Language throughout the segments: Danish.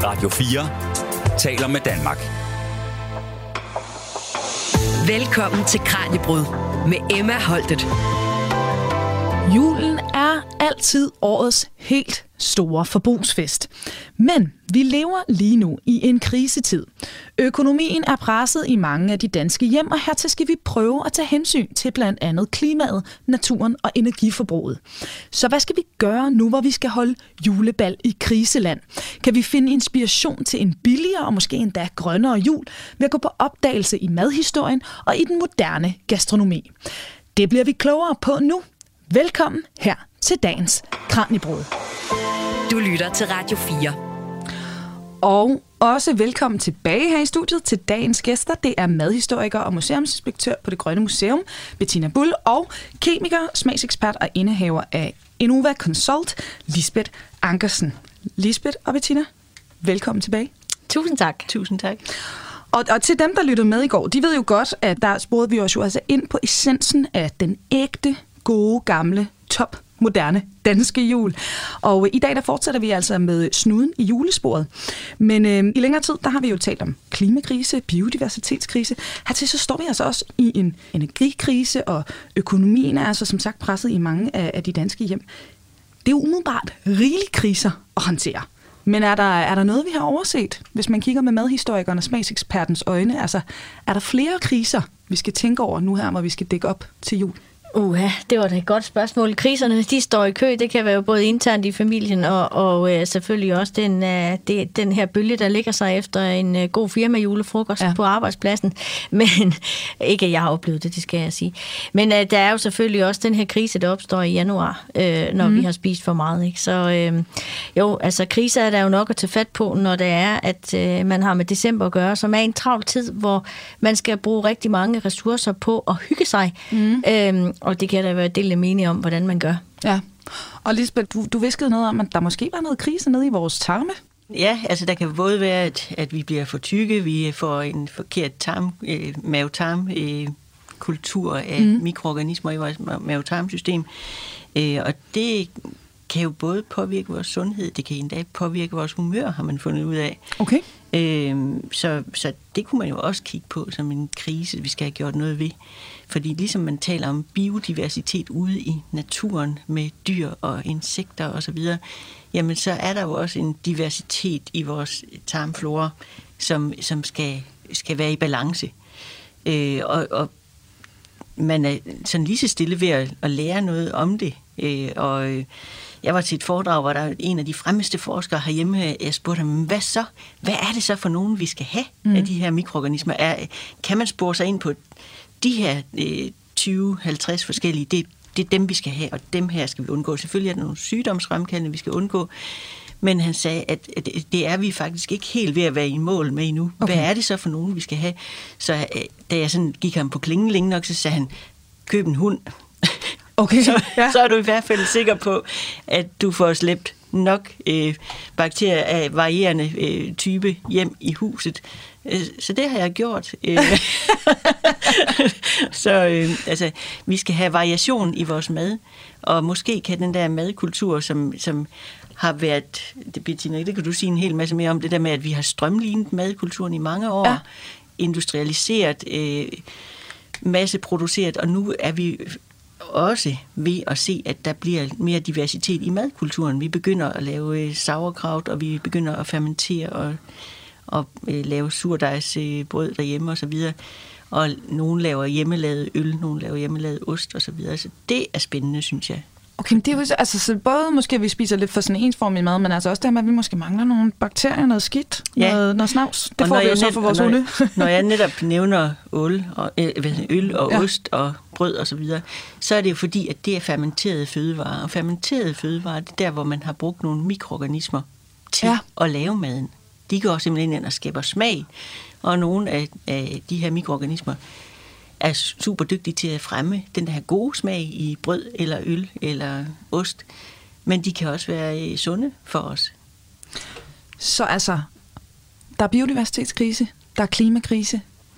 Radio 4 taler med Danmark. Velkommen til Kraniebrud med Emma Holtet. Julen er altid årets helt store forbrugsfest. Men vi lever lige nu i en krisetid. Økonomien er presset i mange af de danske hjem, og hertil skal vi prøve at tage hensyn til blandt andet klimaet, naturen og energiforbruget. Så hvad skal vi gøre nu, hvor vi skal holde julebal i kriseland? Kan vi finde inspiration til en billigere og måske endda grønnere jul ved at gå på opdagelse i madhistorien og i den moderne gastronomi? Det bliver vi klogere på nu. Velkommen her til dagens Kraniebrud. Du lytter til Radio 4. Og også velkommen tilbage her i studiet til dagens gæster. Det er madhistoriker og museumsinspektør på Det Grønne Museum, Bettina Bull, og kemiker, smagsekspert og indehaver af Innova Consult, Lisbeth Ankersen. Lisbeth og Bettina, velkommen tilbage. Tusind tak. Tusind tak. Og til dem, der lyttede med i går, de ved jo godt, at der sporede vi os jo altså ind på essensen af den ægte, gode, gamle, moderne danske jul. Og i dag der fortsætter vi altså med snuden i julesporet. Men i længere tid, der har vi jo talt om klimakrise, biodiversitetskrise. Hertil så står vi altså også i en energikrise, og økonomien er altså som sagt presset i mange af de danske hjem. Det er jo umiddelbart rigelige kriser at håndtere. Men er der noget, vi har overset, hvis man kigger med madhistorikeren og smagsekspertens øjne? Altså, er der flere kriser, vi skal tænke over nu her, hvor vi skal dække op til jul? Det var da et godt spørgsmål. Kriserne, de står i kø. Det kan være jo både internt i familien og selvfølgelig også den her bølge, der ligger sig efter en god firmajulefrokost på arbejdspladsen. Men ikke at jeg har oplevet det skal jeg sige. Men der er jo selvfølgelig også den her krise, der opstår i januar, når vi har spist for meget. Ikke? Så kriser er der jo nok at tage fat på, når det er, at man har med december at gøre, som er en travl tid, hvor man skal bruge rigtig mange ressourcer på at hygge sig. Og det kan der være delt mening om, hvordan man gør. Ja. Og Lisbeth, du viskede noget om, at der måske var noget krise nede i vores tarme. Ja, altså der kan både være, at vi bliver for tykke, vi får en forkert mave-tarm-kultur af mikroorganismer i vores mave-tarmsystem. Og det kan jo både påvirke vores sundhed, det kan endda påvirke vores humør, har man fundet ud af. Okay. Så det kunne man jo også kigge på som en krise, vi skal have gjort noget ved. Fordi ligesom man taler om biodiversitet ude i naturen med dyr og insekter osv., jamen så er der jo også en diversitet i vores tarmflora, som skal være i balance. Og man er sådan lige så stille ved at lære noget om det. Jeg var til et foredrag, hvor der er en af de fremmeste forskere herhjemme, jeg spurgte ham, hvad er det så for nogen, vi skal have af de her mikroorganismer? Kan man spore sig ind på de her 20-50 forskellige, det er dem, vi skal have, og dem her skal vi undgå. Selvfølgelig er der nogle sygdomsfremkaldende, vi skal undgå, men han sagde, at det er vi faktisk ikke helt ved at være i mål med endnu. Okay. Hvad er det så for nogen, vi skal have? Så da jeg sådan gik ham på klingen længe nok, så sagde han, køb en hund. Okay. Så er du i hvert fald sikker på, at du får slæbt nok bakterier af varierende type hjem i huset. Så det har jeg gjort. Så vi skal have variation i vores mad, og måske kan den der madkultur, som har været, Bettina, det kan du sige en hel masse mere om, det der med, at vi har strømlignet madkulturen i mange år, industrialiseret, masseproduceret, og nu er vi også ved at se, at der bliver mere diversitet i madkulturen. Vi begynder at lave sauerkraut, og vi begynder at fermentere og lave surdejsbrød derhjemme og så videre. Og nogen laver hjemmelavet øl, nogen laver hjemmelavet ost og så videre. Så det er spændende, synes jeg. Okay, men det er jo altså så både måske vi spiser lidt for sådan ensformig mad, men altså også der med, at vi måske mangler nogle bakterier, noget skidt, noget snavs. Det får vi jo så for vores hunde. Når jeg netop nævner øl og ost og brød og så videre, så er det jo fordi, at det er fermenterede fødevarer. Og fermenterede fødevarer, det er der, hvor man har brugt nogle mikroorganismer til at lave maden. De går simpelthen ind og skaber smag, og nogle af de her mikroorganismer er super dygtige til at fremme den der gode smag i brød eller øl eller ost, men de kan også være sunde for os. Så altså, der er biodiversitetskrise, der er klimakrise, der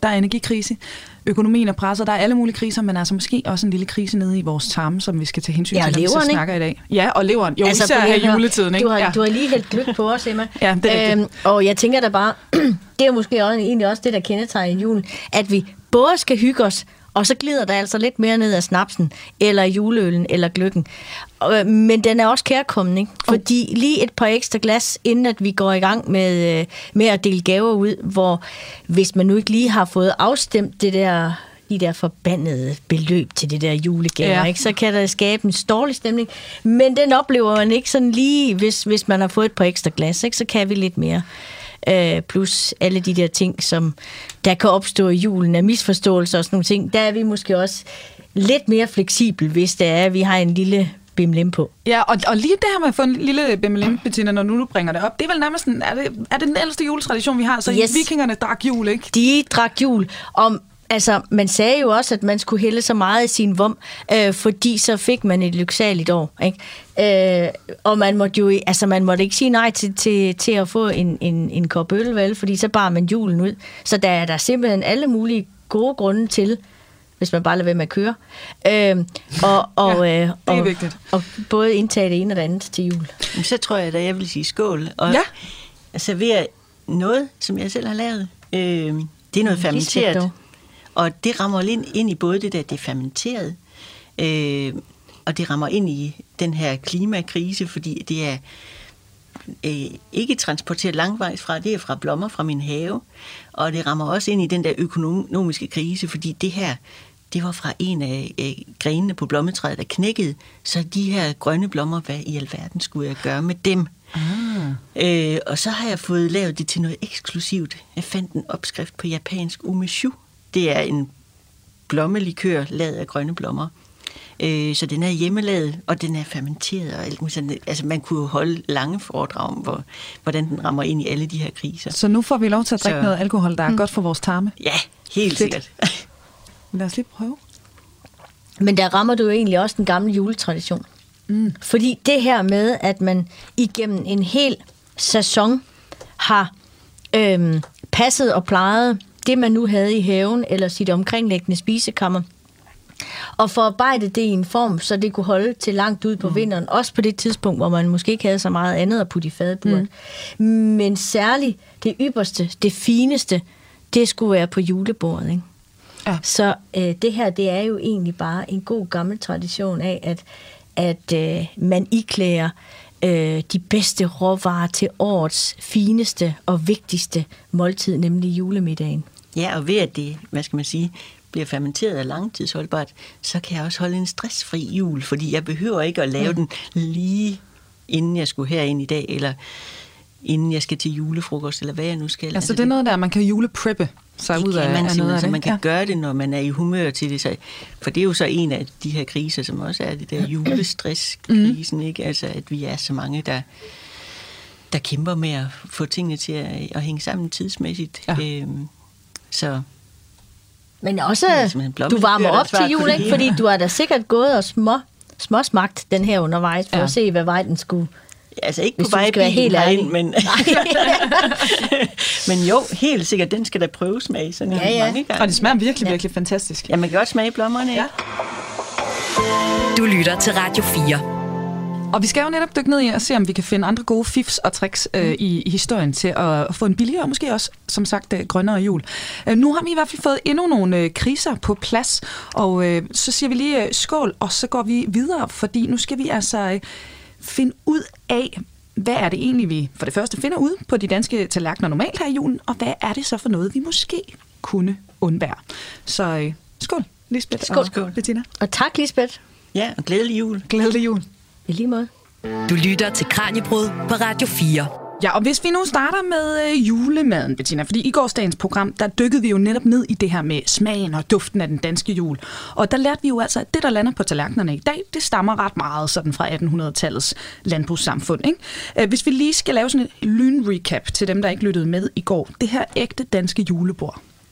der er energikrise, økonomien er presset, der er alle mulige kriser, men altså måske også en lille krise nede i vores tarme, som vi skal tage hensyn til, når vi så snakker i dag. Ja, og leveren. Jo, altså, især her i juletiden. Ikke? Du har lige helt glødt på os, Emma. Ja, det er og jeg tænker da bare, det er måske egentlig også det, der kendetegner julen, at vi både skal hygge os, og så glider der altså lidt mere ned af snapsen, eller juleølen, eller gløggen. Men den er også kærkommen, ikke? Fordi lige et par ekstra glas, inden at vi går i gang med at dele gaver ud, hvor hvis man nu ikke lige har fået afstemt de der forbandede beløb til det der julegaver, ikke? Så kan der skabe en dårlig stemning. Men den oplever man ikke sådan lige, hvis man har fået et par ekstra glas, ikke? Så kan vi lidt mere. Plus alle de der ting, som der kan opstå i julen af misforståelser og sådan nogle ting, der er vi måske også lidt mere fleksibel, hvis det er, at vi har en lille bimlim på. Ja, og lige det her med at få en lille bimlim, Bettina, når nu du bringer det op, det er vel nærmest er det den ældste juletradition, vi har? Så yes. Vikingerne drak jul, ikke? De drak jul. Altså, man sagde jo også, at man skulle hælde så meget i sin vom, fordi så fik man et lyksaligt år, ikke? Og man måtte ikke sige nej til at få en kop øl, vel? Fordi så bar man julen ud. Så der er der simpelthen alle mulige gode grunde til, hvis man bare lader være med at køre. Det er vigtigt. Og både indtage det ene og det andet til jul. Så tror jeg, at jeg vil sige skål. Og servere noget, som jeg selv har lavet. Det er noget fermenteret. Og det rammer ind i både det der, det er fermenteret, og det rammer ind i den her klimakrise, fordi det er ikke transporteret langvejs fra, det er fra blommer fra min have, og det rammer også ind i den der økonomiske krise, fordi det her, det var fra en af grenene på blommetræet, der knækkede, så de her grønne blommer, hvad i alverden skulle jeg gøre med dem? Og så har jeg fået lavet det til noget eksklusivt. Jeg fandt en opskrift på japansk umeshu. Det er en blommelikør lavet af grønne blommer. Så den er hjemmelavet, og den er fermenteret. Og alt muligt. Altså, man kunne holde lange foredrag om, hvordan den rammer ind i alle de her kriser. Så nu får vi lov til at drikke noget alkohol, der er godt for vores tarme? Ja, helt sikkert. Lad os lige prøve. Men der rammer du jo egentlig også den gamle juletradition. Fordi det her med, at man igennem en hel sæson har passet og plejet det, man nu havde i haven, eller sit omkringliggende spisekammer, og forarbejdet det i en form, så det kunne holde til langt ud på vinteren, også på det tidspunkt, hvor man måske ikke havde så meget andet at putte i fadeburet. Men særligt det ypperste, det fineste, det skulle være på julebordet, ikke? Ja. Så det her, det er jo egentlig bare en god gammel tradition af, at man iklæder de bedste råvarer til årets fineste og vigtigste måltid, nemlig julemiddagen. Ja, og ved at det, bliver fermenteret og langtidsholdbart, så kan jeg også holde en stressfri jul, fordi jeg behøver ikke at lave den lige inden jeg skulle herind i dag, eller inden jeg skal til julefrokost, eller hvad jeg nu skal. Altså det er noget der, man kan julepreppe sig ud af noget af det. Man kan gøre det, når man er i humør til det. For det er jo så en af de her kriser, som også er det der julestresskrisen, ikke? Altså at vi er så mange, der kæmper med at få tingene til at hænge sammen tidsmæssigt. Ja. Men også, du varmer op til jul, ikke? Fordi du har da sikkert gået og småsmagt den her undervejs, for at se, hvad vej den skulle. Altså ikke på vej bilen herind, men jo, helt sikkert, den skal da prøves med sådan mange gange. Og det smager virkelig, virkelig fantastisk. Ja, man kan godt smage blommerne, ja. Du lytter til Radio 4. Og vi skal jo netop dykke ned i og se, om vi kan finde andre gode fifs og tricks i historien til at få en billigere og måske også, som sagt, grønnere jul. Nu har vi i hvert fald fået endnu nogle kriser på plads, og så siger vi lige skål, og så går vi videre, fordi nu skal vi altså finde ud af, hvad er det egentlig, vi for det første finder ud på de danske tallerkener normalt her i julen, og hvad er det så for noget, vi måske kunne undvære. Så skål, Lisbeth og Bettina. Og tak, Lisbeth. Ja, og glædelig jul. Glædelig jul. I lige måde. Du lytter til Kraniebrud på Radio 4. Ja, og hvis vi nu starter med julemaden, Bettina, fordi i gårsdagens program, der dykkede vi jo netop ned i det her med smagen og duften af den danske jul. Og der lærte vi jo altså, at det, der lander på tallerkenerne i dag, det stammer ret meget sådan fra 1800-tallets landbrugssamfund, ikke? Hvis vi lige skal lave sådan et lynrecap til dem, der ikke lyttede med i går. Det her ægte danske julebord,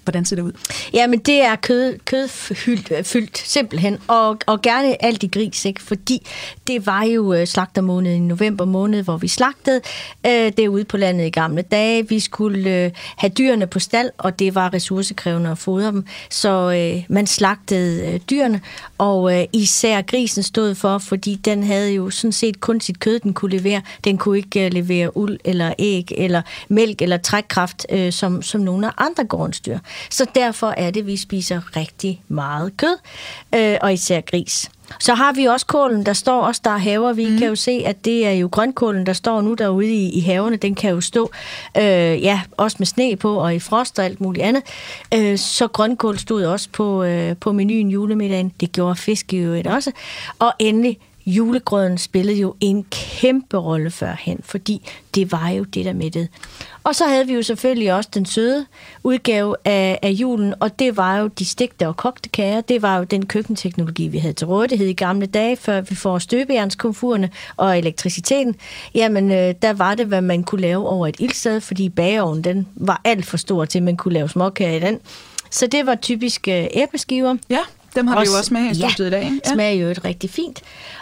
Hvordan ser det ud? Jamen, det er kødfyldt simpelthen, og gerne alt i gris, ikke? Fordi det var jo slagtermåneden i november måned, hvor vi slagtede derude på landet i gamle dage. Vi skulle have dyrene på stald, og det var ressourcekrævende at fodre dem. Så man slagtede dyrene, og især grisen stod for, fordi den havde jo sådan set kun sit kød, den kunne levere. Den kunne ikke levere uld eller æg eller mælk eller trækkraft, som nogle af andre gårdens dyr. Så derfor er det, at vi spiser rigtig meget kød, og især gris. Så har vi også kålen, der står også, der er haver. Vi kan jo se, at det er jo grønkålen, der står nu derude i haverne. Den kan jo stå, også med sne på, og i frost og alt muligt andet. Så grønkål stod også på menuen julemiddagen. Det gjorde fisk i øvrigt også. Og endelig, julegrøden spillede jo en kæmpe rolle førhen, fordi det var jo det, der mættede. Og så havde vi jo selvfølgelig også den søde udgave af julen, og det var jo de stegte og kogte kager. Det var jo den køkkenteknologi, vi havde til rådighed i gamle dage, før vi får støbejernskomfurerne og elektriciteten. Jamen, der var det, hvad man kunne lave over et ildsted, fordi bageovnen, den var alt for stor til, at man kunne lave småkager i den. Så det var typisk æbleskiver. Ja, dem har vi jo også med her i studiet i dag. Ja, smager jo et rigtig fint.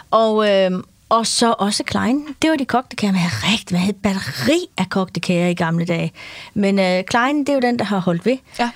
Og så også Klein. Det var de kogte kager. Man havde et batteri af kogte kager i gamle dage. Men Klein, det er jo den, der har holdt ved. Ja.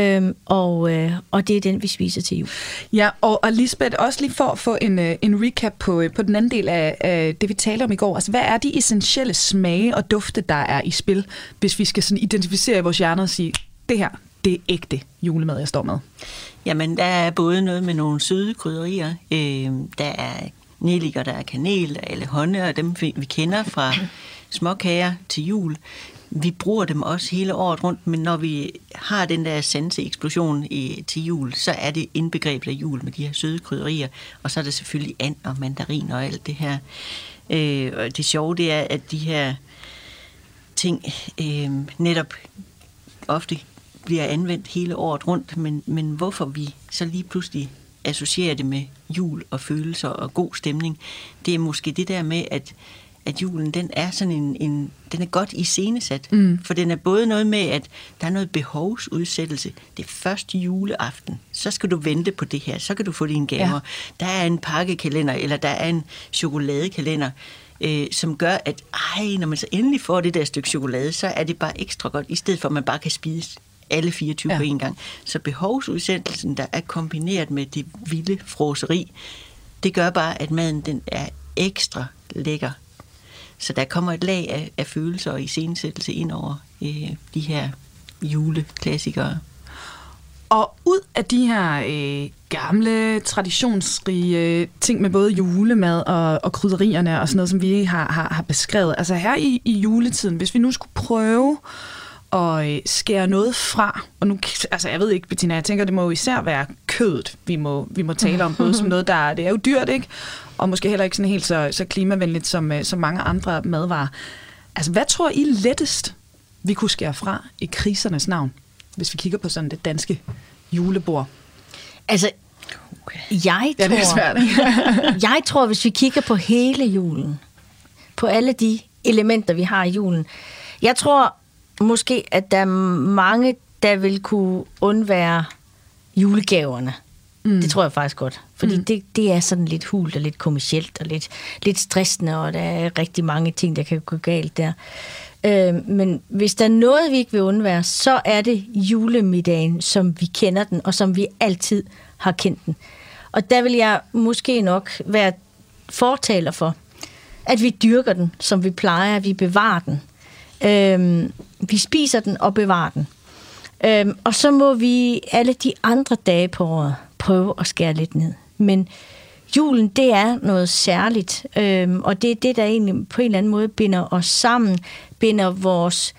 Og det er den, vi spiser til jul. Ja, og Lisbeth, også lige for at få en recap på den anden del af det, vi talte om i går. Altså, hvad er de essentielle smage og dufte, der er i spil, hvis vi skal sådan identificere i vores hjerner og sige, det her, det er ægte julemad, jeg står med? Jamen, der er både noget med nogle søde krydderier. Der er nelliker, der er kanel, der er allehånde, og dem vi kender fra småkager til jul. Vi bruger dem også hele året rundt, men når vi har den der sanseeksplosion til jul, så er det indbegrebet af jul med de her søde krydderier, og så er der selvfølgelig and og mandarin og alt det her. Og det sjove, det er, at de her ting netop ofte bliver anvendt hele året rundt, men hvorfor vi så lige pludselig associerer det med jul og følelser og god stemning, det er måske det der med, at julen, den er sådan den er godt iscenesat, for den er både noget med, at der er noget behovsudsættelse. Det er første juleaften, så skal du vente på det her, så kan du få dine gaver. Ja. Der er en pakkekalender, eller der er en chokoladekalender, som gør, at når man så endelig får det der stykke chokolade, så er det bare ekstra godt, i stedet for at man bare kan spise alle 24 på en gang. Så behovsudsættelsen, der er kombineret med det vilde fråseri, det gør bare, at maden den er ekstra lækker. Så der kommer et lag af følelser og iscenesættelse ind over de her juleklassikere. Og ud af de her gamle, traditionsrige ting med både julemad og krydderierne og sådan noget, som vi har beskrevet, altså her i juletiden, hvis vi nu skulle prøve og skære noget fra, og nu, altså jeg ved ikke, Bettina, jeg tænker, det må jo især være kødet, vi må tale om, både som noget, det er jo dyrt, ikke? Og måske heller ikke sådan helt så klimavenligt som mange andre madvarer. Altså, hvad tror I lettest, vi kunne skære fra i krisernes navn, hvis vi kigger på sådan det danske julebord? Altså, jeg tror, det er svært. jeg tror, hvis vi kigger på hele julen, på alle de elementer, vi har i julen, jeg tror måske, at der er mange, der vil kunne undvære julegaverne. Det tror jeg faktisk godt. Fordi det er sådan lidt hult og lidt kommercielt og lidt stressende, og der er rigtig mange ting, der kan gå galt der. Men hvis der er noget, vi ikke vil undvære, så er det julemiddagen, som vi kender den, og som vi altid har kendt den. Og der vil jeg måske nok være fortaler for, at vi dyrker den, som vi plejer, at vi bevarer den. Vi spiser den og bevarer den. Og så må vi alle de andre dage på året prøve at skære lidt ned. Men julen, det er noget særligt, og det er det, der egentlig på en eller anden måde binder os sammen, binder vores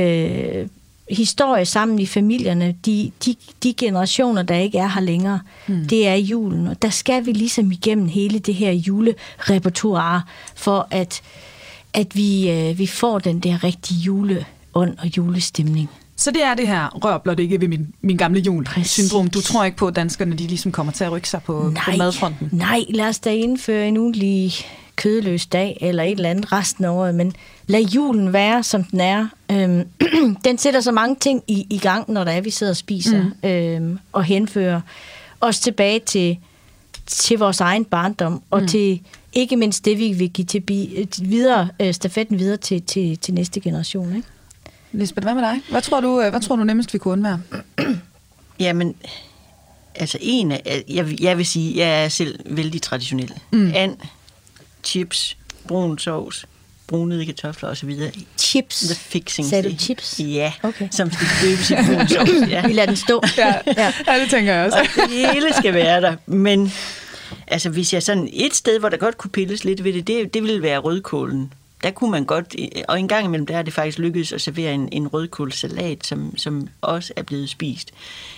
historie sammen i familierne, de generationer, der ikke er her længere, det er julen. Og der skal vi ligesom igennem hele det her julerepertoire, for at vi får den der rigtige juleånd og julestemning. Så det er det her rør blot ikke ved min gamle jul-syndrom. Du tror ikke på, at danskerne de ligesom kommer til at rykke sig på madfronten? Nej, lad os da indføre en ugentlig kødløs dag, eller et eller andet resten af året, men lad julen være, som den er. Den sætter så mange ting i gang, når der er, vi sidder og spiser, og henfører os tilbage til vores egen barndom, og til ikke mindst det, vi vil give videre, stafetten videre til næste generation. Ikke? Lisbeth, hvad med dig? Hvad tror du nemmest, vi kunne undvære? Jamen, altså jeg vil sige, jeg er selv vældig traditionel. And, chips, brun sovs, brunede kartofler osv. Chips? The fixing. Sagde du chips? Ja, okay. Som skal døbes i brun sovs. Ja. Vi lader den stå. Ja, det tænker jeg også. Og det hele skal være der. Men altså, hvis jeg sådan et sted, hvor der godt kunne pilles lidt ved det ville være rødkålen. Der kunne man godt, og en gang imellem der er det faktisk lykkedes at servere en rødkålssalat, som også er blevet spist.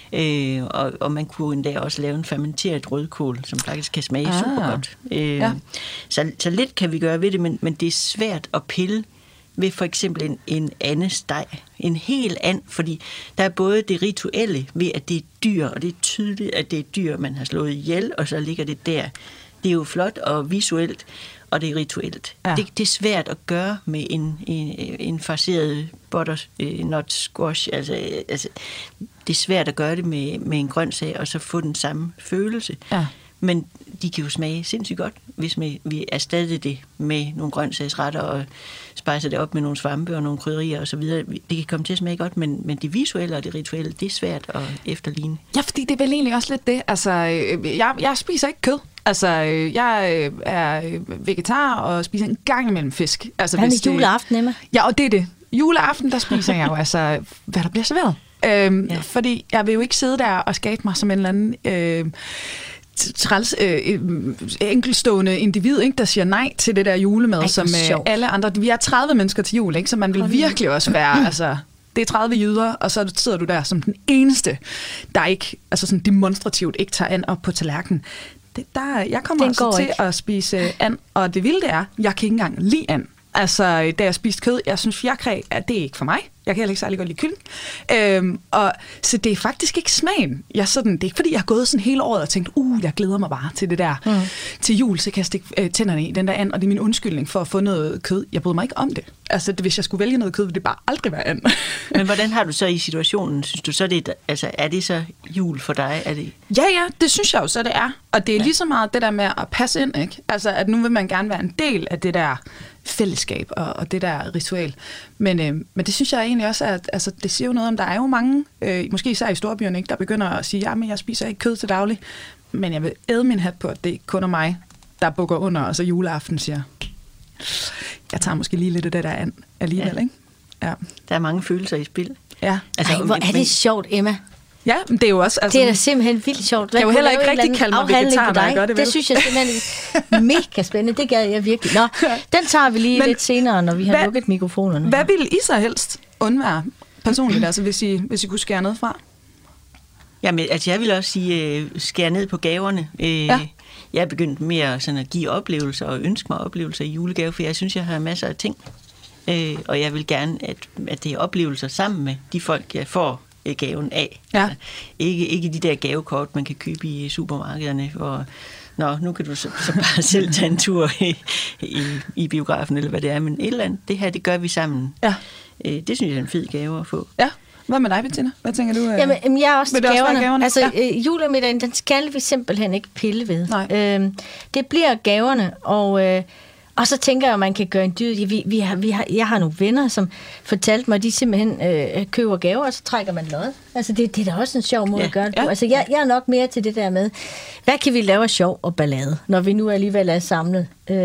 Og man kunne endda også lave en fermenteret rødkål, som faktisk kan smage super godt. Så lidt kan vi gøre ved det, men det er svært at pille ved for eksempel en andesteg. En hel and, fordi der er både det rituelle ved, at det er dyr, og det er tydeligt, at det er dyr, man har slået ihjel, og så ligger det der. Det er jo flot og visuelt, og det er rituelt. Ja. Det er svært at gøre med en farceret butternut squash. Altså, det er svært at gøre det med en grøntsag, og så få den samme følelse. Ja. Men de kan jo smage sindssygt godt, hvis vi erstatter det med nogle grøntsagsretter og spicer det op med nogle svampe og nogle krydderier osv. Det kan komme til at smage godt, men det visuelle og det rituelle, det er svært at efterligne. Ja, fordi det er vel egentlig også lidt det. Altså, jeg spiser ikke kød. Altså, jeg er vegetar og spiser en gang imellem fisk. Altså, hvad er juleaften, Emma? Ja, og det er det. Juleaften, der spiser jeg jo altså, hvad der bliver serveret. Fordi jeg vil jo ikke sidde der og skabe mig som en eller anden træls enkeltstående individ, ikke, der siger nej til det der julemad, som alle andre. Vi er 30 mennesker til jul, ikke, så man vil virkelig også være, altså, det er 30 jyder, og så sidder du der som den eneste, der ikke, altså sådan demonstrativt ikke tager and op på tallerkenen. Jeg kommer altså til at spise and, og det vilde er, jeg kan ikke engang lide and. Altså, da jeg spiste kød, jeg synes fjerkræ, det er ikke for mig. Jeg kan heller ikke særlig godt lide kylling. Så det er faktisk ikke smagen. Det er ikke fordi, jeg har gået sådan hele året og tænkt, jeg glæder mig bare til det der. Til jul, så kan jeg stikke tænderne i den der and, og det er min undskyldning for at få noget kød. Jeg bryder mig ikke om det. Altså, hvis jeg skulle vælge noget kød, ville det bare aldrig være and. Men hvordan har du så i situationen? Synes du så, er det så jul for dig? Er det... Ja, det synes jeg jo så, det er. Og det er lige så meget det der med at passe ind, ikke? Altså, at nu vil man gerne være en del af det der fællesskab og det der ritual. Men det synes jeg egentlig også, at altså, det siger jo noget om, der er jo mange, måske især i storbyerne, ikke, der begynder at sige, men jeg spiser ikke kød til daglig, men jeg vil æde min hat på, at det ikke kun er mig, der bukker under, og så juleaften siger, jeg tager måske lige lidt af det der and alligevel, ikke? Ja. Der er mange følelser i spil. Ja. Altså, hvor er det sjovt, Emma. Ja, men det er jo også... Altså, det er da simpelthen vildt sjovt. Jeg kan jo heller ikke rigtig kalde mig vegetar, når jeg gør det, vel? Det synes jeg simpelthen mega spændende. Det gad jeg virkelig. Nå, den tager vi lige lidt senere, når vi har lukket mikrofonerne. Hvad ville I så helst undvære personligt, altså hvis I kunne skære ned fra? Jamen, altså jeg vil også sige, skære ned på gaverne. Jeg er begyndt mere sådan at give oplevelser og ønske mig oplevelser i julegave, for jeg synes, jeg har masser af ting. Og jeg vil gerne, at det er oplevelser sammen med de folk, jeg får gaven af. Ja. Altså, ikke de der gavekort, man kan købe i supermarkederne, hvor nu kan du så bare selv tage en tur i biografen, eller hvad det er, men et eller andet, det her, det gør vi sammen. Ja. Det synes jeg er en fed gave at få. Ja. Hvad med dig, Bettina? Hvad tænker du? Jamen, jeg er også gaverne. Altså, julemiddagen, den skal vi simpelthen ikke pille ved. Det bliver gaverne, og så tænker jeg, at man kan gøre en dyd. Jeg har nogle venner, som fortalte mig, at de simpelthen køber gaver, og så trækker man lod. Altså, det er da også en sjov måde at gøre det på. Altså, jeg er nok mere til det der med, hvad kan vi lave af sjov og ballade, når vi nu alligevel er samlet,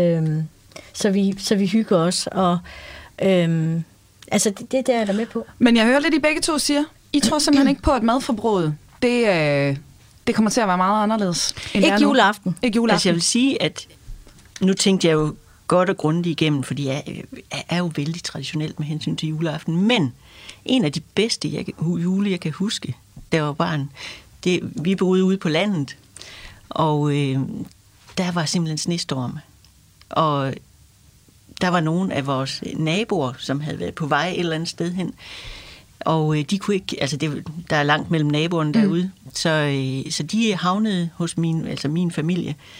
så vi hygger os. Og, altså, det der er der med på. Men jeg hører lidt, I begge to siger, I tror simpelthen ikke på, at madforbruget, det kommer til at være meget anderledes. Ikke juleaften. Ikke juleaften. Altså, jeg vil sige, at nu tænkte jeg jo godt og grundigt igennem, fordi jeg er jo vældig traditionelt med hensyn til juleaften. Men en af de bedste jule, jeg kan huske, da jeg var barn, vi boede ude på landet, og der var simpelthen snestorm. Og der var nogle af vores naboer, som havde været på vej et eller andet sted hen, og de kunne ikke, altså der er langt mellem naboerne derude, så de havnede hos min familie.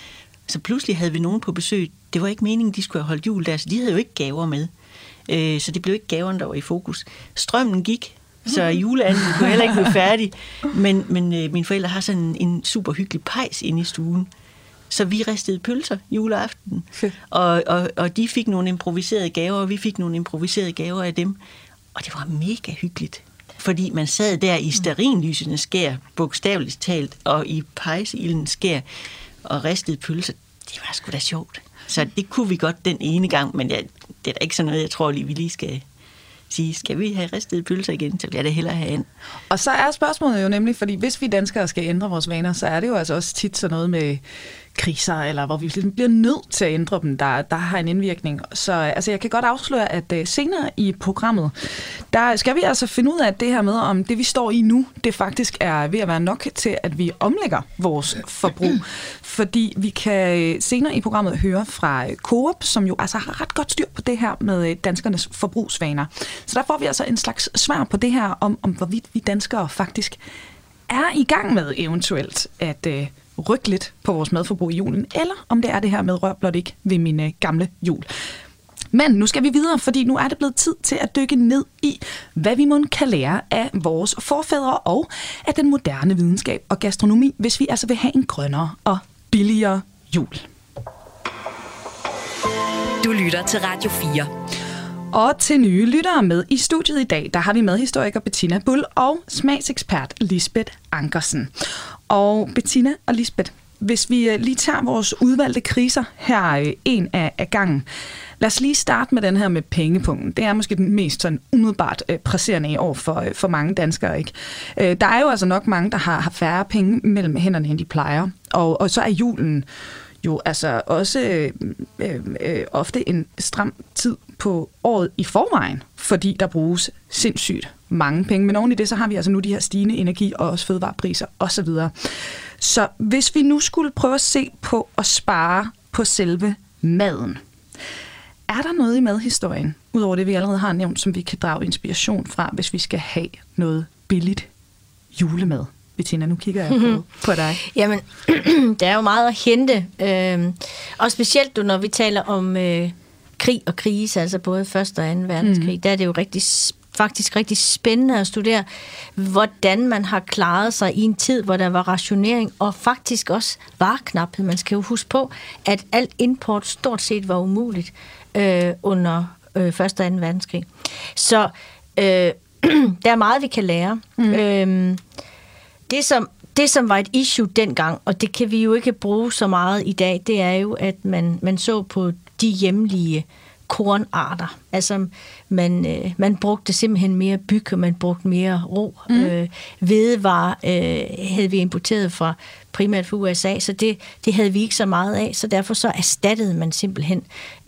Så pludselig havde vi nogen på besøg. Det var ikke meningen, de skulle have holdt jul der, så de havde jo ikke gaver med. Så det blev ikke gaverne, der var i fokus. Strømmen gik, så juleanden kunne heller ikke blive færdig. Men mine forældre har sådan en super hyggelig pejs inde i stuen. Så vi ristede pølser juleaften. Og de fik nogle improviserede gaver, og vi fik nogle improviserede gaver af dem. Og det var mega hyggeligt. Fordi man sad der i stearinlysende skær, bogstaveligt talt, og i pejseilden skær, og ristede pølser. Det var sgu da sjovt. Så det kunne vi godt den ene gang, men det er da ikke sådan noget, jeg tror lige, vi lige skal sige, skal vi have ristede pølser igen, så vil jeg da hellere have en. Og så er spørgsmålet jo nemlig, fordi hvis vi danskere skal ændre vores vaner, så er det jo altså også tit sådan noget med kriser, eller hvor vi bliver nødt til at ændre dem, der har en indvirkning. Så altså, jeg kan godt afsløre, at senere i programmet, der skal vi altså finde ud af det her med, om det vi står i nu, det faktisk er ved at være nok til, at vi omlægger vores forbrug. Fordi vi kan senere i programmet høre fra Coop, som jo altså har ret godt styr på det her med danskernes forbrugsvaner. Så der får vi altså en slags svar på det her, om hvorvidt vi danskere faktisk er i gang med eventuelt at rykke lidt på vores madforbrug i julen, eller om det er det her med rør blot ikke ved min gamle jul. Men nu skal vi videre, fordi nu er det blevet tid til at dykke ned i, hvad vi kan lære af vores forfædre og af den moderne videnskab og gastronomi, hvis vi altså vil have en grønnere og billigere jul. Du lytter til Radio 4. Og til nye lyttere med i studiet i dag, der har vi madhistoriker Bettina Bull og smagsekspert Lisbeth Ankersen. Og Bettina og Lisbeth, hvis vi lige tager vores udvalgte kriser her en af gangen. Lad os lige starte med den her med pengepunkten. Det er måske den mest sådan umiddelbart presserende i år for mange danskere, ikke? Der er jo altså nok mange, der har færre penge mellem hænderne, end de plejer. Og så er julen jo altså også ofte en stram tid på året i forvejen, fordi der bruges sindssygt mange penge. Men oven i det, så har vi altså nu de her stigende energi- og også fødevarepriser osv. Så hvis vi nu skulle prøve at se på at spare på selve maden, er der noget i madhistorien, udover det vi allerede har nævnt, som vi kan drage inspiration fra, hvis vi skal have noget billigt julemad? Bettina, nu kigger jeg på dig. Jamen, der er jo meget at hente. Og specielt når vi taler om krig og krise, altså både 1. og 2. verdenskrig, der er det jo faktisk rigtig spændende at studere, hvordan man har klaret sig i en tid, hvor der var rationering, og faktisk også vareknaphed. Man skal jo huske på, at alt import stort set var umuligt under 1. og 2. verdenskrig. Så der er meget, vi kan lære. Det, som var et issue dengang, og det kan vi jo ikke bruge så meget i dag, det er jo, at man så på de hjemlige kornarter. Altså, man brugte simpelthen mere byg, og man brugte mere ro. Hvedevarer havde vi importeret fra primært fra USA, så det havde vi ikke så meget af, så derfor så erstattede man simpelthen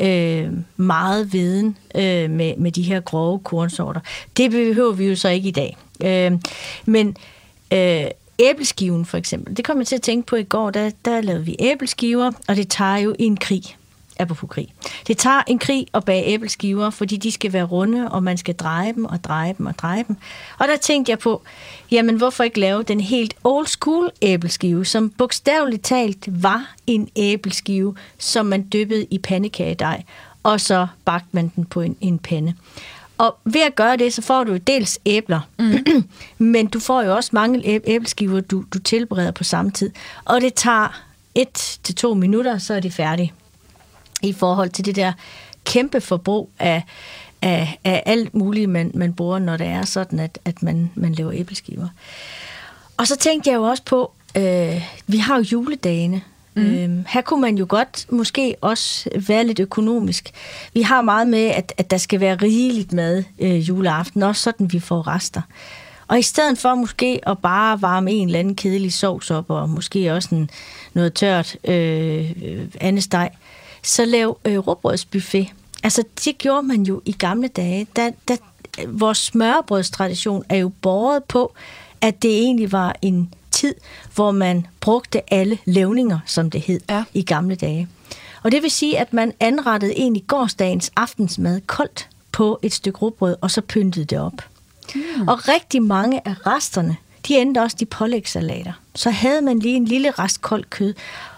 meget viden med de her grove kornsorter. Det behøver vi jo så ikke i dag. Men æbleskiven for eksempel, det kom jeg til at tænke på i går, der lavede vi æbleskiver, og det tager jo en krig. Apropos krig. Det tager en krig at bage æbleskiver, fordi de skal være runde, og man skal dreje dem og dreje dem og dreje dem. Og der tænkte jeg på, jamen hvorfor ikke lave den helt old school æbleskive, som bogstaveligt talt var en æbleskive, som man dyppede i pandekagedej, og så bagte man den på en pande. Og ved at gøre det, så får du dels æbler, men du får jo også mange æbleskiver, du tilbereder på samme tid. Og det tager 1 til 2 minutter, så er det færdigt. I forhold til det der kæmpe forbrug af alt muligt, man bruger, når det er sådan, at man laver æbleskiver. Og så tænkte jeg jo også på, vi har jo juledagene. Her kunne man jo godt måske også være lidt økonomisk. Vi har meget med, at der skal være rigeligt mad juleaften, også sådan vi får rester. Og i stedet for måske at bare varme en eller anden kedelig sovs op, og måske også noget tørt andesteg, så lav rugbrødsbuffet. Altså, det gjorde man jo i gamle dage. Vores smørbrødstradition er jo båret på, at det egentlig var en tid, hvor man brugte alle levninger, som det hed i gamle dage. Og det vil sige, at man anrettede egentlig gårsdagens aftensmad koldt på et stykke rugbrød, og så pyntede det op. Og rigtig mange af resterne, de endte også i pålægssalater. Så havde man lige en lille rest koldt kød,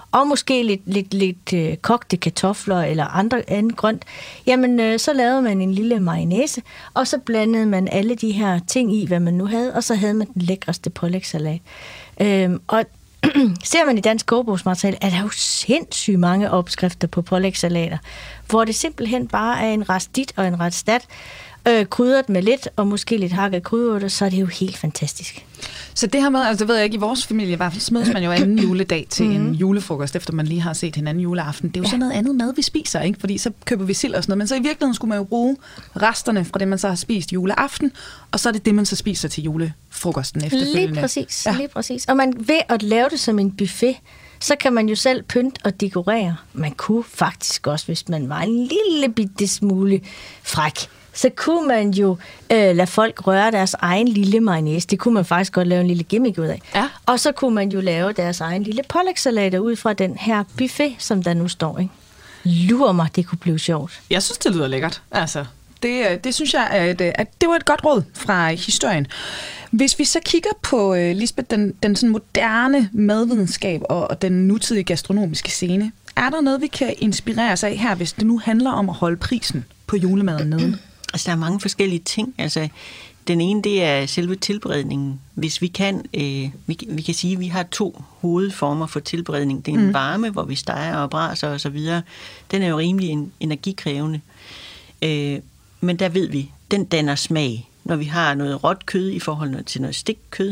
og måske lidt kogte kartofler eller andet grønt, jamen så lavede man en lille mayonnaise, og så blandede man alle de her ting i, hvad man nu havde, og så havde man den lækreste pålægssalat. Og ser man i dansk kogebogsmateriale, er der jo sindssygt mange opskrifter på pålægssalater, hvor det simpelthen bare er en rest dit og en rest dat, krydret med lidt, og måske lidt hakket krydderurter, så er det jo helt fantastisk. Så det her med, altså det ved jeg ikke, i vores familie, i hvert fald smides man jo anden juledag til en julefrokost, efter man lige har set hinanden juleaften. Det er jo sådan noget andet mad, vi spiser, ikke? Fordi så køber vi sild og sådan noget. Men så i virkeligheden skulle man jo bruge resterne fra det, man så har spist juleaften, og så er det det, man så spiser til julefrokosten efterfølgende. Lige præcis. Og man ved at lave det som en buffet, så kan man jo selv pynte og dekorere. Man kunne faktisk også, hvis man var en lille bitte smule fræk, så kunne man jo lade folk røre deres egen lille mayonnaise. Det kunne man faktisk godt lave en lille gimmick ud af. Ja. Og så kunne man jo lave deres egen lille pålægssalater ud fra den her buffet, som der nu står. Ikke? Lurer mig, det kunne blive sjovt. Jeg synes, det lyder lækkert. Altså, det synes jeg, at det var et godt råd fra historien. Hvis vi så kigger på, Lisbeth, den sådan moderne madvidenskab og den nutidige gastronomiske scene, er der noget, vi kan inspirere os af her, hvis det nu handler om at holde prisen på julemaden nede? Altså, der er mange forskellige ting. Altså, den ene, det er selve tilberedningen. Hvis vi kan, vi kan sige, at vi har 2 hovedformer for tilberedning. Det er en varme, hvor vi steger og braser og så videre. Den er jo rimelig energikrævende. Men der ved vi, den danner smag. Når vi har noget råt kød i forhold til noget stikkød,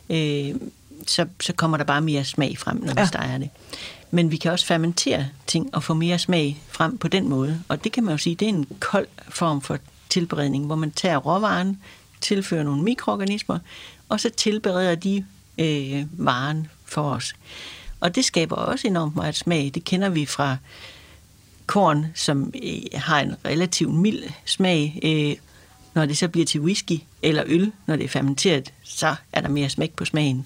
så kommer der bare mere smag frem, når vi steger det. Men vi kan også fermentere ting og få mere smag frem på den måde. Og det kan man jo sige, det er en kold form for tilberedning, hvor man tager råvaren, tilfører nogle mikroorganismer, og så tilbereder de varen for os. Og det skaber også enormt meget smag. Det kender vi fra korn, som har en relativt mild smag. Når det så bliver til whisky eller øl, når det er fermenteret, så er der mere smæk på smagen.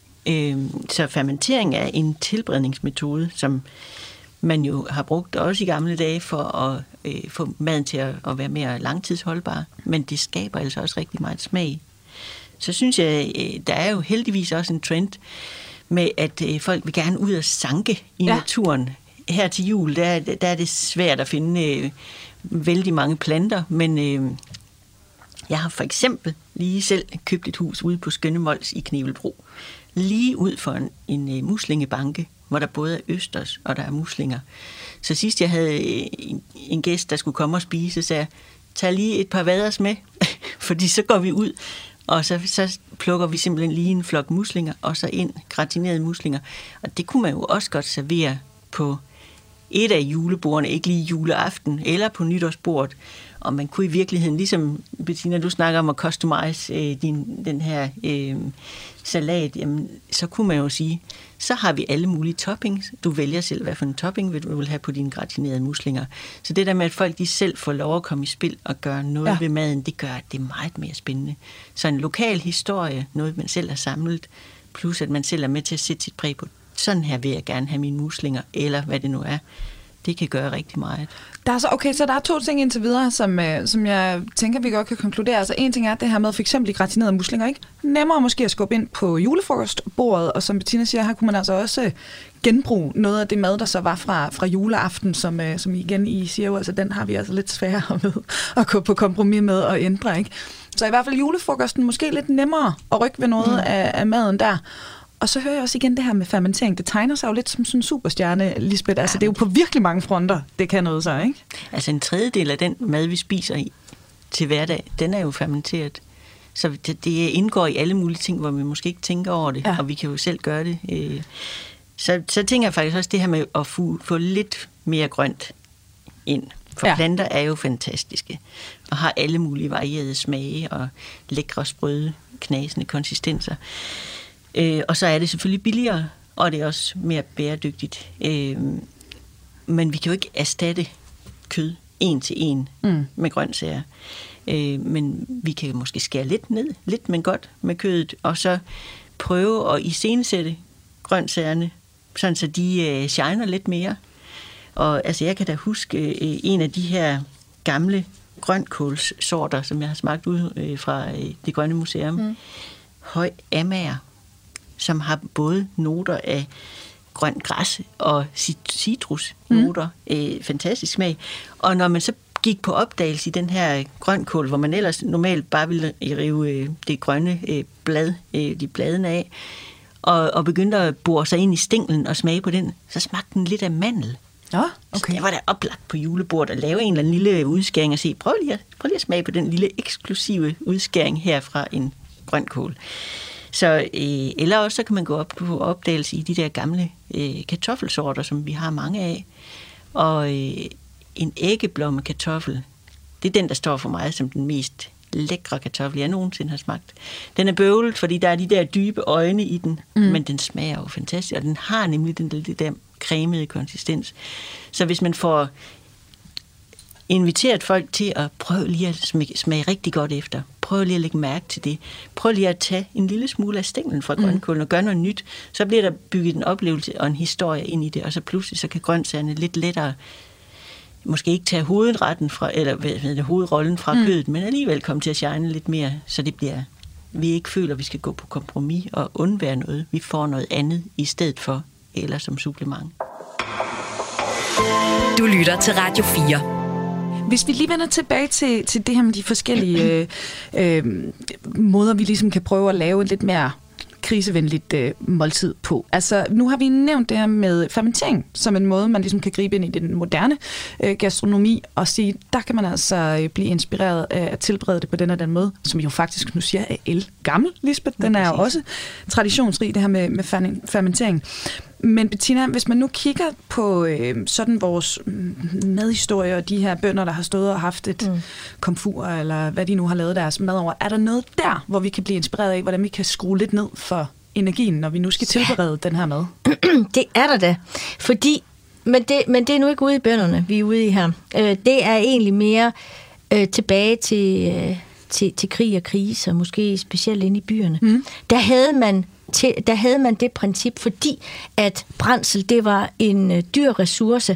Så fermentering er en tilberedningsmetode, som man jo har brugt også i gamle dage for at få maden til at være mere langtidsholdbar, men det skaber altså også rigtig meget smag. Så synes jeg, der er jo heldigvis også en trend med, at folk vil gerne ud og sanke i naturen. Her til jul, der er det svært at finde vældig mange planter, men jeg har for eksempel lige selv købt et hus ude på Skønne Mols i Knebelbro, lige ud for en muslingebanke, hvor der både er østers og der er muslinger. Så sidst jeg havde en gæst, der skulle komme og spise, så sagde jeg, tag lige et par vaders med, fordi så går vi ud, og så plukker vi simpelthen lige en flok muslinger, og så ind gratinerede muslinger. Og det kunne man jo også godt servere på et af julebordene, ikke lige juleaften, eller på nytårsbordet. Og man kunne i virkeligheden, ligesom Bettina, du snakker om at customize den her salat, jamen, så kunne man jo sige, så har vi alle mulige toppings. Du vælger selv, hvad for en topping du vil have på dine gratinerede muslinger. Så det der med, at folk de selv får lov at komme i spil og gøre noget ved maden, det gør, at det er meget mere spændende. Så en lokal historie, noget man selv har samlet, plus at man selv er med til at sætte sit præg på, sådan her vil jeg gerne have mine muslinger, eller hvad det nu er. Det kan gøre rigtig meget. Så der er 2 ting indtil videre, som jeg tænker, vi godt kan konkludere. Altså en ting er det her med for eksempel de gratinerede muslinger, ikke? Nemmere måske at skubbe ind på julefrokostbordet, og som Bettina siger, her kunne man altså også genbruge noget af det mad, der så var fra juleaften, som igen I siger jo, altså den har vi altså lidt sværere med at gå på kompromis med og ændre, ikke? Så i hvert fald julefrokosten måske lidt nemmere at rykke ved noget af maden der. Og så hører jeg også igen det her med fermentering. Det tegner sig jo lidt som sådan en superstjerne, Lisbeth. Altså, det er jo på virkelig mange fronter, det kan noget så, ikke? Altså, en tredjedel af den mad, vi spiser til hverdag, den er jo fermenteret. Så det indgår i alle mulige ting, hvor vi måske ikke tænker over det, og vi kan jo selv gøre det. Så tænker jeg faktisk også det her med at få lidt mere grønt ind. For planter er jo fantastiske, og har alle mulige varierede smage og lækre, sprøde, knasende konsistenser. Og så er det selvfølgelig billigere, og det er også mere bæredygtigt. Men vi kan jo ikke erstatte kød 1 til 1 med grøntsager. Men vi kan måske skære lidt ned, lidt men godt med kødet, og så prøve at iscenesætte grøntsagerne, sådan så de shiner lidt mere. Og altså, jeg kan da huske en af de her gamle grønkålssorter, som jeg har smagt ud fra det Grønne Museum. Høj amager, som har både noter af grønt græs og citrusnoter. Fantastisk smag. Og når man så gik på opdagelse i den her grønkål, hvor man ellers normalt bare ville rive det grønne blad, de bladene af, og begyndte at bore sig ind i stænglen og smage på den, så smagte den lidt af mandel. Ja, okay. Så jeg var da oplagt på julebordet at lave en eller anden lille udskæring og sige, prøv lige at smage på den lille eksklusive udskæring her fra en grønkål. Så, eller også så kan man gå op på opdagelse i de der gamle kartoffelsorter, som vi har mange af. Og en æggeblommekartoffel, det er den, der står for mig som den mest lækre kartoffel, jeg nogensinde har smagt. Den er bøvlet, fordi der er de der dybe øjne i den, men den smager jo fantastisk, og den har nemlig den der cremede konsistens. Så hvis man får inviteret folk til at prøve lige at smage rigtig godt efter, prøv lige at lægge mærke til det, prøv lige at tage en lille smule af stænglen fra grønkålen og gøre noget nyt, så bliver der bygget en oplevelse og en historie ind i det, og så pludselig så kan grøntsagerne lidt lettere måske ikke tage hovedrollen fra kødet, men alligevel komme til at shine lidt mere, så det bliver, vi ikke føler, at vi skal gå på kompromis og undvære noget. Vi får noget andet i stedet for, eller som supplement. Du lytter til Radio 4. Hvis vi lige vender tilbage til det her med de forskellige måder, vi ligesom kan prøve at lave en lidt mere krisevenligt måltid på. Altså, nu har vi nævnt det her med fermentering som en måde, man ligesom kan gribe ind i den moderne gastronomi og sige, der kan man altså blive inspireret af at tilberede det på den og den måde, som jo faktisk nu siger er elgammel, Lisbeth. Den er jo også traditionsrig, det her med fermentering. Men Bettina, hvis man nu kigger på sådan vores madhistorie og de her bønder, der har stået og haft et komfur, eller hvad de nu har lavet deres mad over, er der noget der, hvor vi kan blive inspireret af, hvordan vi kan skrue lidt ned for energien, når vi nu skal tilberede den her mad? Det er der da. Fordi, men det er nu ikke ude i bønderne, vi er ude i her. Det er egentlig mere tilbage til krig og krise, måske specielt inde i byerne. Der havde man det princip, fordi at brændsel, det var en dyr ressource.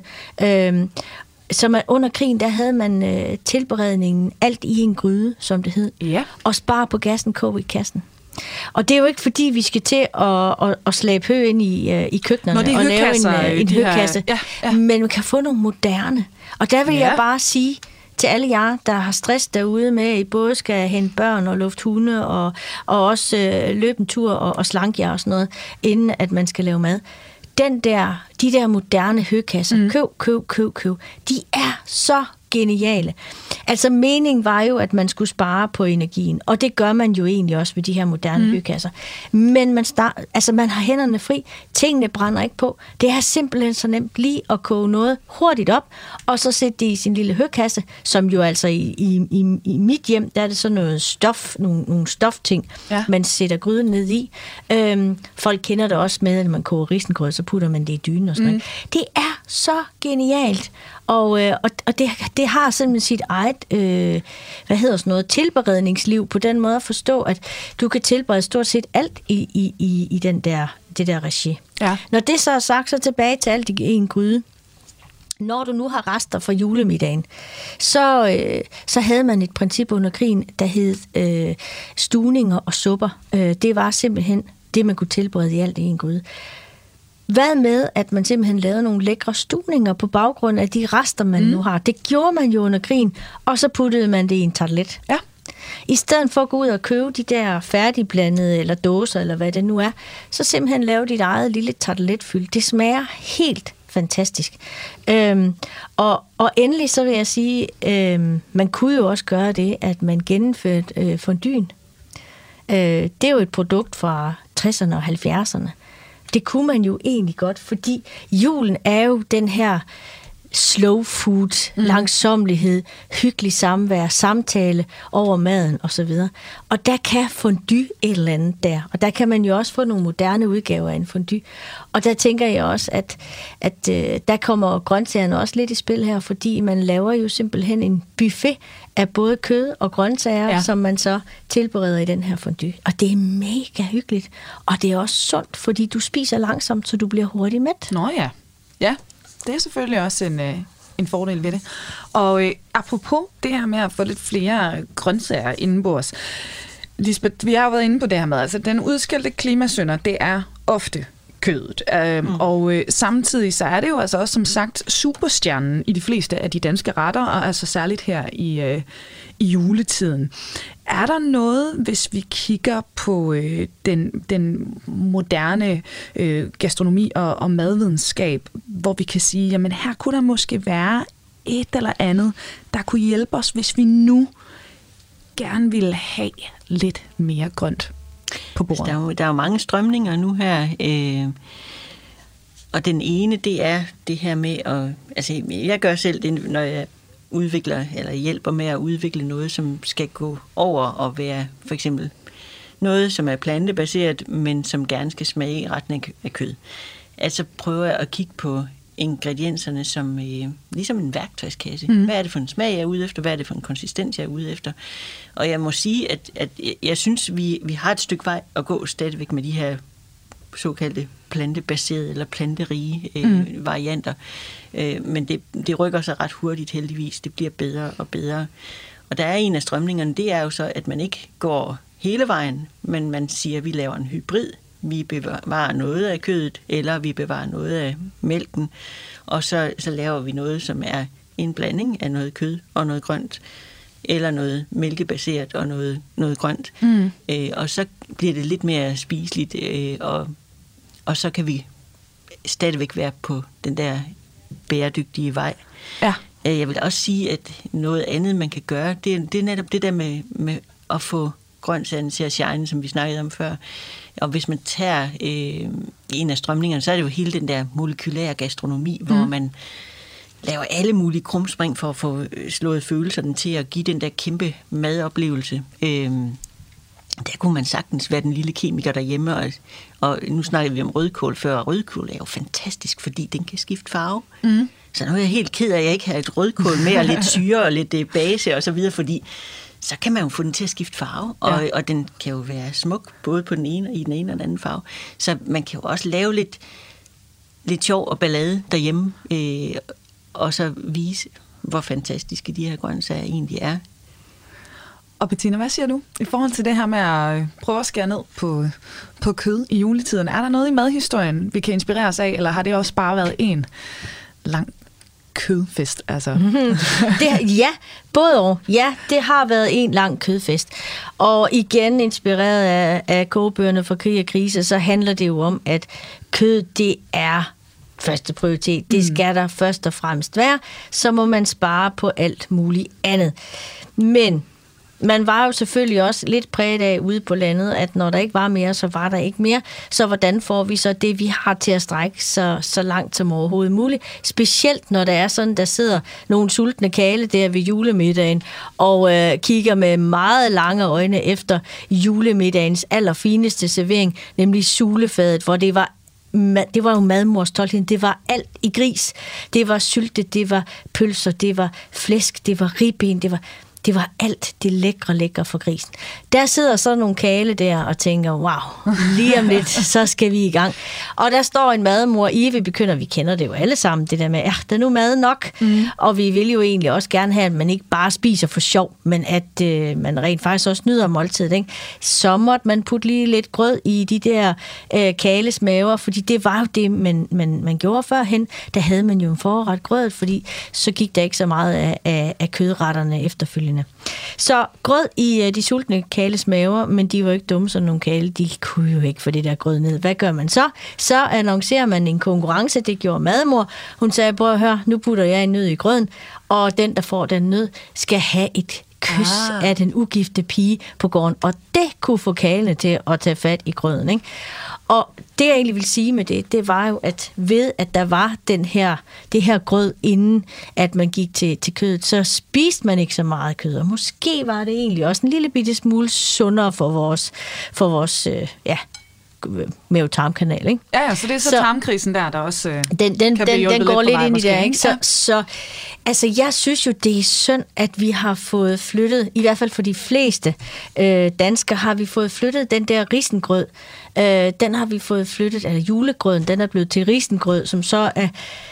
Så under krigen, der havde man tilberedningen alt i en gryde, som det hed, og spare på gassen, koge i kassen. Og det er jo ikke, fordi vi skal til at slæbe hø ind i køkkenerne og lave en høkasse, men man kan få nogle moderne. Og der vil jeg bare sige til alle jer, der har stress derude med, at I både skal hente børn og lufthunde og også løbe en tur og slanke jer og sådan noget, inden at man skal lave mad. De der moderne høkasser, køb, de er så geniale. Altså meningen var jo, at man skulle spare på energien, og det gør man jo egentlig også ved de her moderne høkasser. Men man har hænderne fri, tingene brænder ikke på. Det er simpelthen så nemt lige at koge noget hurtigt op, og så sætte det i sin lille høkasse, som jo altså i mit hjem, der er det sådan noget stof, nogle stofting, man sætter gryden ned i. Folk kender det også med, at man koger risengrød, så putter man det i dynen og sådan noget. Det er så genialt. Og det har simpelthen sit eget, tilberedningsliv på den måde at forstå, at du kan tilberede stort set alt i det der regi. Ja. Når det så er sagt, så tilbage til alt i en gryde. Når du nu har rester fra julemiddagen, så havde man et princip under krigen, der hed stuvninger og supper. Det var simpelthen det, man kunne tilberede i alt i en gryde. Hvad med, at man simpelthen lavede nogle lækre stuvninger på baggrund af de rester, man nu har? Det gjorde man jo under krigen, og så puttede man det i en tartelet. Ja. I stedet for at gå ud og købe de der færdigblandede eller dåser, eller hvad det nu er, så simpelthen lave dit eget lille tarteletfyld. Det smager helt fantastisk. Og endelig så vil jeg sige, man kunne jo også gøre det, at man genindførte fonduen. Det er jo et produkt fra 60'erne og 70'erne. Det kunne man jo egentlig godt, fordi julen er jo den her slow food, langsommelighed, hyggelig samvær, samtale over maden osv. Og der kan fondue et eller andet der. Og der kan man jo også få nogle moderne udgaver af en fondue. Og der tænker jeg også, at der kommer grøntsagerne også lidt i spil her, fordi man laver jo simpelthen en buffet af både kød og grøntsager, som man så tilbereder i den her fondue. Og det er mega hyggeligt. Og det er også sundt, fordi du spiser langsomt, så du bliver hurtigt mæt. Nå ja. Ja. Det er selvfølgelig også en fordel ved det. Og apropos det her med at få lidt flere grøntsager indenbords. Lisbeth, vi har jo været inde på det her med, altså den udskilte klimasynder, det er ofte kødet. Og samtidig så er det jo altså også som sagt superstjernen i de fleste af de danske retter, og altså særligt her i juletiden. Er der noget, hvis vi kigger på den moderne gastronomi og madvidenskab, hvor vi kan sige, jamen her kunne der måske være et eller andet, der kunne hjælpe os, hvis vi nu gerne ville have lidt mere grønt på bordet? Der er jo mange strømninger nu her, og den ene, det er det her med at... Altså, jeg gør selv det, når jeg udvikler eller hjælper med at udvikle noget, som skal gå over og være for eksempel noget, som er plantebaseret, men som gerne skal smage i retning af kød. Altså prøver jeg at kigge på ingredienserne som ligesom en værktøjskasse. Hvad er det for en smag, jeg er ude efter? Hvad er det for en konsistens, jeg er ude efter? Og jeg må sige, at jeg synes, vi har et stykke vej at gå stadigvæk med de her såkaldte plantebaserede eller planterige varianter. Men det rykker sig ret hurtigt heldigvis. Det bliver bedre og bedre. Og der er en af strømningerne, det er jo så, at man ikke går hele vejen, men man siger, at vi laver en hybrid. Vi bevarer noget af kødet, eller vi bevarer noget af mælken, og så laver vi noget, som er en blanding af noget kød og noget grønt, eller noget mælkebaseret og noget grønt. Og så bliver det lidt mere spiseligt, og så kan vi stadigvæk være på den der bæredygtige vej. Ja. Jeg vil også sige, at noget andet, man kan gøre, det er netop det der med at få grøntsagerne til at shine, som vi snakkede om før. Og hvis man tager en af strømningerne, så er det jo hele den der molekylære gastronomi, hvor man laver alle mulige krumspring for at få slået følelserne til at give den der kæmpe madoplevelse. Der kunne man sagtens være den lille kemiker derhjemme, og nu snakker vi om rødkål før, og rødkål er jo fantastisk, fordi den kan skifte farve. Så nu er jeg helt ked af, at jeg ikke har et rødkål med, og lidt syre og lidt base og så videre, fordi så kan man jo få den til at skifte farve, og den kan jo være smuk, både på den ene og i den ene og den anden farve. Så man kan jo også lave lidt sjov og ballade derhjemme, og så vise, hvor fantastiske de her grøntsager egentlig er. Og Bettina, hvad siger du i forhold til det her med at prøve at skære ned på kød i juletiden? Er der noget i madhistorien, vi kan inspirere os af, eller har det også bare været en lang kødfest? Altså? Ja, både og. Ja, det har været en lang kødfest. Og igen inspireret af kogebøgerne for krig og krise, så handler det jo om, at kød, det er første prioritet. Det skal der først og fremmest være. Så må man spare på alt muligt andet. Men man var jo selvfølgelig også lidt præget af ude på landet, at når der ikke var mere, så var der ikke mere. Så hvordan får vi så det, vi har til at strække så langt som overhovedet muligt? Specielt når der er sådan, der sidder nogle sultne kale der ved julemiddagen og kigger med meget lange øjne efter julemiddagens allerfineste servering, nemlig sulefadet, hvor det var jo madmors stolthed. Det var alt i gris. Det var sylte, det var pølser, det var flæsk, det var ribben, det var alt det lækre for grisen. Der sidder så nogle kale der og tænker, wow, lige om lidt, så skal vi i gang. Og der står en madmor, vi kender det jo alle sammen, det der med, der er nu mad nok, og vi vil jo egentlig også gerne have, at man ikke bare spiser for sjov, men at man rent faktisk også nyder måltidet, ikke? Så måtte man putte lige lidt grød i de der kales maver, fordi det var jo det, man gjorde førhen. Der havde man jo en forret grød, fordi så gik der ikke så meget af kødretterne efterfølgende. Så grød i de sultne kales maver, men de var jo ikke dumme som nogle kale. De kunne jo ikke få det der grød ned. Hvad gør man så? Så annoncerer man en konkurrence. Det gjorde madmor. Hun sagde, prøv at høre, nu putter jeg en nød i grøden, og den, der får den nød, skal have et kys af den ugifte pige på gården. Og det kunne få kalene til at tage fat i grøden, ikke? Og det, jeg egentlig vil sige med det var jo, at ved, at der var det her grød, inden at man gik til kødet, så spiste man ikke så meget kød. Og måske var det egentlig også en lille bitte smule sundere for vores mave-tarmkanal, ikke? Ja, så det er så tarmkrisen der også den går lidt ind i det, ikke? Så altså, jeg synes jo, det er synd, at vi har fået flyttet, i hvert fald for de fleste danskere, har vi fået flyttet den der risengrød. Den har vi fået flyttet, eller julegrøden, den er blevet til risengrød, som så er,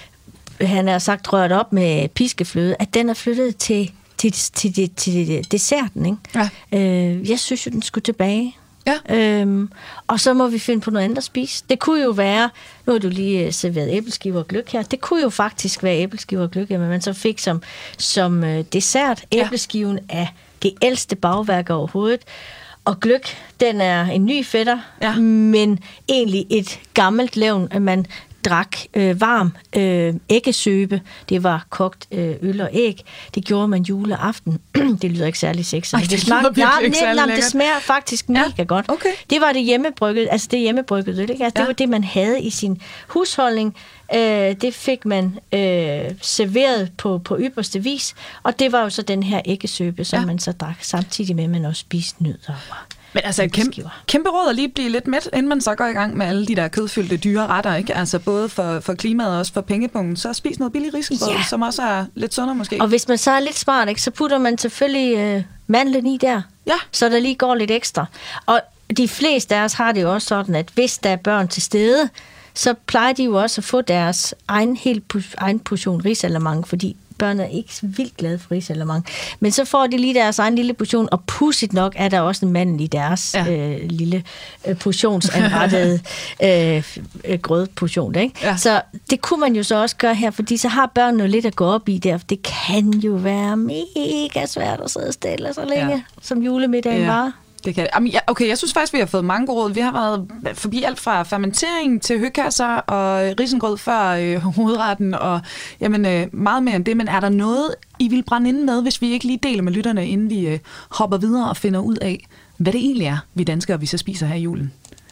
han har sagt, rørt op med piskefløde, at den er flyttet til desserten, ikke? Ja. Jeg synes jo, den skulle tilbage. Ja. Og så må vi finde på noget andet at spise. Det kunne jo være, nu har du lige serveret æbleskiver og gløgg her, det kunne jo faktisk være æbleskiver og gløgg, men man så fik som dessert. Æbleskiven er det ældste bagværk overhovedet. Og gløgg, den er en ny fætter, men egentlig et gammelt levn, at man drak varm æggesøbe. Det var kogt øl og æg. Det gjorde man juleaften. Det lyder ikke særlig sexet. Det smager faktisk mega godt. Okay. Det var det hjemmebrygget, altså det hjemmebryggede øl. Ikke? Altså, det var det, man havde i sin husholdning. Det fik man serveret på ypperste vis. Og det var jo så den her æggesøbe, som man så drak samtidig med, at man også spiste nødder. Men altså kæmpe råd at lige blive lidt mæt, inden man så går i gang med alle de der kødfyldte dyre retter, ikke? Altså både for klimaet og også for pengepunkten. Så spis noget billig risengrød, som også er lidt sundere måske. Og hvis man så er lidt smart, ikke, så putter man selvfølgelig mandlen i der, så der lige går lidt ekstra. Og de fleste af os har det jo også sådan, at hvis der er børn til stede, så plejer de jo også at få deres egen portion risalamande, fordi børn er ikke vildt glade for risalamande. Men så får de lige deres egen lille portion, og pudsigt nok er der også en mandel i deres lille portionsanrettede grødportion. Ikke? Ja. Så det kunne man jo så også gøre her, fordi så har børnene jo lidt at gå op i der. Det kan jo være mega svært at sidde stille så længe, som julemiddagen var. Det kan. Okay, jeg synes faktisk, vi har fået mange gode råd. Vi har været forbi alt fra fermentering til høkasser og risengrød før hovedretten og meget mere end det. Men er der noget, I vil brænde inde med, hvis vi ikke lige deler med lytterne, inden vi hopper videre og finder ud af, hvad det egentlig er, vi danskere, vi så spiser her i julen?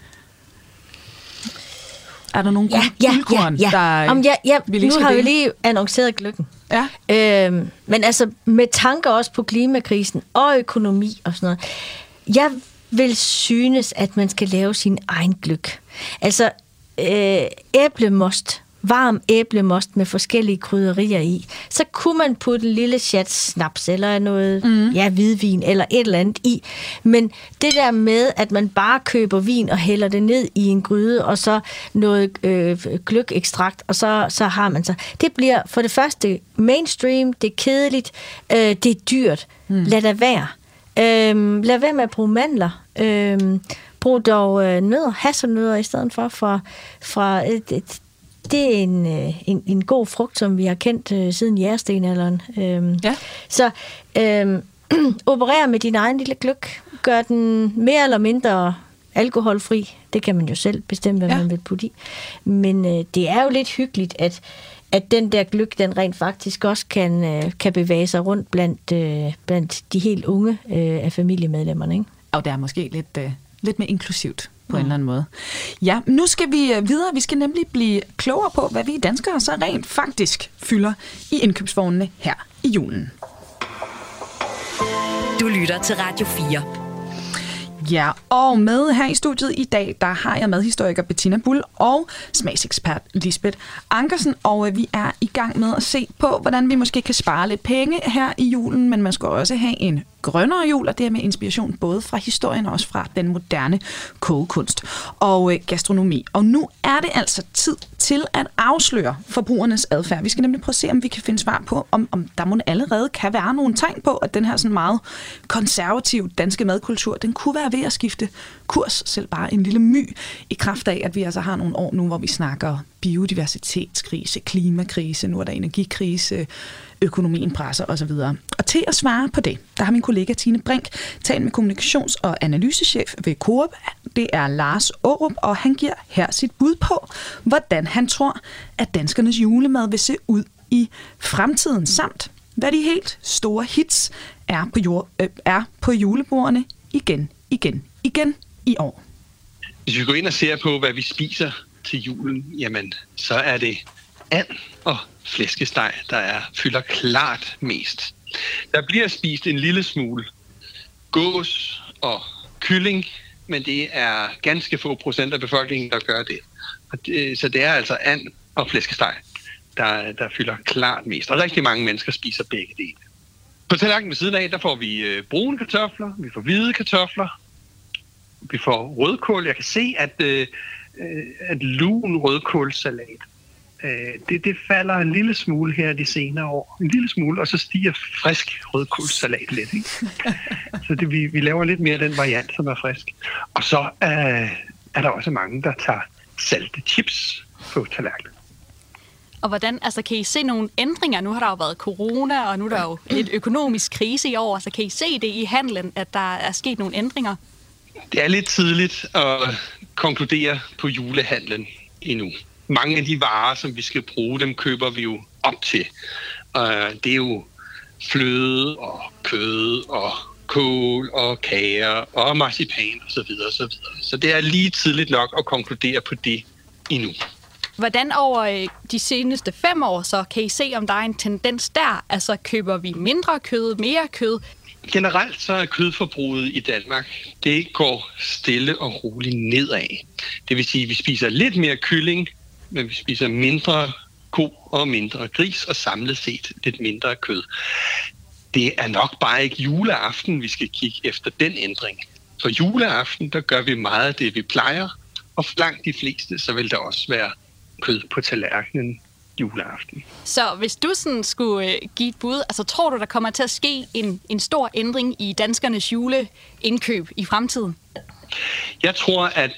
Er der nogle guldkorn, der vi lige nu har vi lige annonceret gløggen. Ja. Men altså med tanker også på klimakrisen og økonomi og sådan noget. Jeg vil synes, at man skal lave sin egen gløgg. Altså æblemost, varm æblemost med forskellige krydderier i. Så kunne man putte en lille chat snaps eller noget hvidvin eller et eller andet i. Men det der med, at man bare køber vin og hælder det ned i en gryde, og så noget gløggekstrakt, og så har man så. Det bliver for det første mainstream, det er kedeligt, det er dyrt. Lad det være. Lad være med at bruge mandler. Brug dog hasselnødder i stedet for det er en god frugt, som vi har kendt siden jægerstenalderen. Så operer med din egen lille gløgg. Gør den mere eller mindre alkoholfri. Det kan man jo selv bestemme, hvad man vil putte i. Men det er jo lidt hyggeligt, at den der gløgg, den rent faktisk også kan bevæge sig rundt blandt de helt unge af familiemedlemmerne, ikke? Og der er måske lidt mere inklusivt på en eller anden måde. Ja, nu skal vi videre. Vi skal nemlig blive klogere på, hvad vi danskere så rent faktisk fylder i indkøbsvognene her i julen. Du lytter til Radio 4. Ja, og med her i studiet i dag, der har jeg madhistoriker Bettina Bull og smagsekspert Lisbeth Ankersen, og vi er i gang med at se på, hvordan vi måske kan spare lidt penge her i julen, men man skal også have en grønnere jul, og det er med inspiration både fra historien og også fra den moderne kogekunst og gastronomi. Og nu er det altså tid til at afsløre forbrugernes adfærd. Vi skal nemlig prøve at se, om vi kan finde svar på, om der må allerede kan være nogle tegn på, at den her sådan meget konservative danske madkultur, den kunne være ved at skifte kurs, selv bare en lille my, i kraft af, at vi altså har nogle år nu, hvor vi snakker biodiversitetskrise, klimakrise, nu er der energikrise, økonomien presser osv. Og til at svare på det, der har min kollega Tine Brink talt med kommunikations- og analysechef ved Coop. Det er Lars Aarup, og han giver her sit bud på, hvordan han tror, at danskernes julemad vil se ud i fremtiden, samt hvad de helt store hits er på julebordene igen i år. Hvis vi går ind og ser på, hvad vi spiser til julen, jamen, så er det and og flæskesteg, der fylder klart mest. Der bliver spist en lille smule gås og kylling, men det er ganske få procent af befolkningen, der gør det. Så det er altså and og flæskesteg, der fylder klart mest. Og rigtig mange mennesker spiser begge dele. På tallerkenen ved siden af, der får vi brune kartofler, vi får hvide kartofler, vi får rødkål. Jeg kan se, at lun rødkålsalat det falder en lille smule her de senere år. En lille smule, og så stiger frisk rødkålssalat lidt. Ikke? Så vi laver lidt mere den variant, som er frisk. Og så er der også mange, der tager salte chips på tallerkenen. Og hvordan, altså kan I se nogle ændringer? Nu har der jo været corona, og nu er der jo lidt økonomisk krise i år. Så kan I se det i handlen, at der er sket nogle ændringer? Det er lidt tidligt at konkludere på julehandlen endnu. Mange af de varer, som vi skal bruge, dem køber vi jo op til. Det er jo fløde og kød og kål og kager og marcipan osv. Så det er lige tidligt nok at konkludere på det endnu. Hvordan over de seneste 5 år så kan I se, om der er en tendens der? Altså køber vi mindre kød, mere kød? Generelt så er kødforbruget i Danmark, det går stille og roligt nedad. Det vil sige, at vi spiser lidt mere kylling, men vi spiser mindre ko og mindre gris, og samlet set lidt mindre kød. Det er nok bare ikke juleaften, vi skal kigge efter den ændring. For juleaften, der gør vi meget af det, vi plejer, og for langt de fleste, så vil der også være kød på tallerkenen juleaften. Så hvis du sådan skulle give et bud, altså tror du, der kommer til at ske en stor ændring i danskernes juleindkøb i fremtiden? Jeg tror, at